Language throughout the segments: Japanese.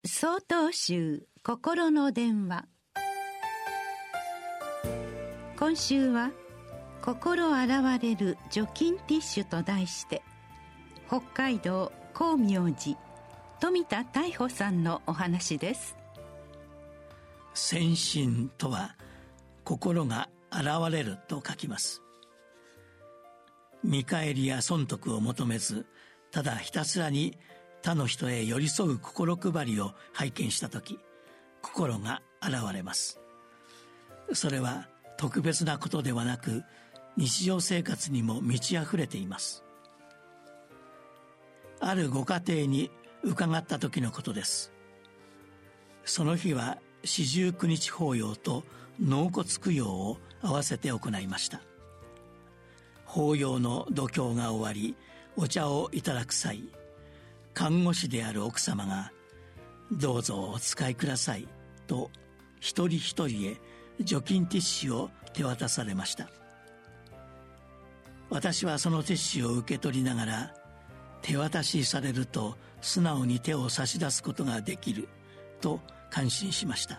曹洞宗心の電話。今週は心洗われる除菌ティッシュと題して、北海道光明寺富田大穂さんのお話です。 洗心とは心が洗われると書きます。見返りや損得を求めず、ただひたすらに他の人へ寄り添う心配りを拝見したとき、心が洗われます。それは特別なことではなく、日常生活にも満ち溢れています。あるご家庭に伺った時のことです。その日は四十九日法要と納骨供養を合わせて行いました。法要の読経が終わり、お茶をいただく際、看護師である奥様がどうぞお使いくださいと一人一人へ除菌ティッシュを手渡されました。私はそのティッシュを受け取りながら、手渡しされると素直に手を差し出すことができると感心しました。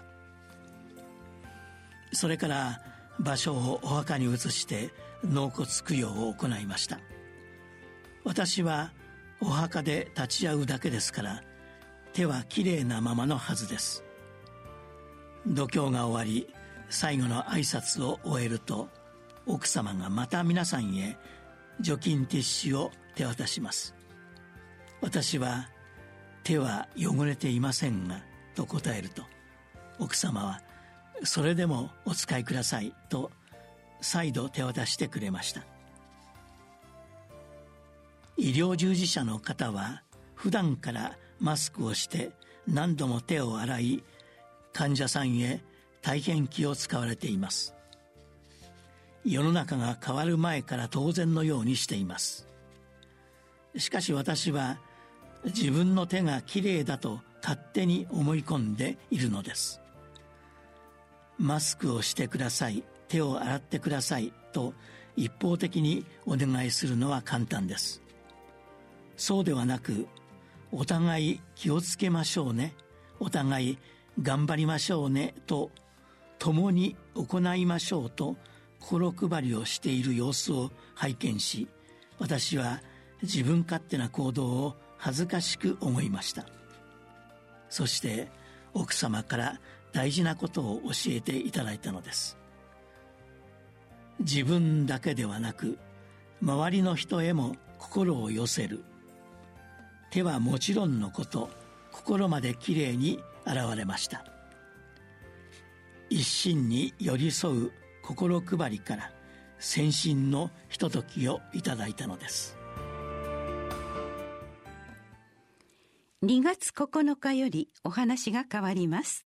それから場所をお墓に移して納骨供養を行いました。私はお墓で立ち会うだけですから、手はきれいなままのはずです。読経が終わり、最後の挨拶を終えると、奥様がまた皆さんへ除菌ティッシュを手渡します。私は手は汚れていませんがと答えると、奥様はそれでもお使いくださいと再度手渡してくれました。医療従事者の方は普段からマスクをして何度も手を洗い、患者さんへ大変気を使われています。世の中が変わる前から当然のようにしています。しかし私は自分の手がきれいだと勝手に思い込んでいるのです。マスクをしてください、手を洗ってくださいと一方的にお願いするのは簡単です。そうではなく、お互い気をつけましょうね、お互い頑張りましょうねと共に行いましょうと心配りをしている様子を拝見し、私は自分勝手な行動を恥ずかしく思いました。そして奥様から大事なことを教えていただいたのです。自分だけではなく、周りの人へも心を寄せる。手はもちろんのこと、心まできれいに洗われました。一心に寄り添う心配りから洗心のひとときをいただいたのです。 2月9日よりお話が変わります。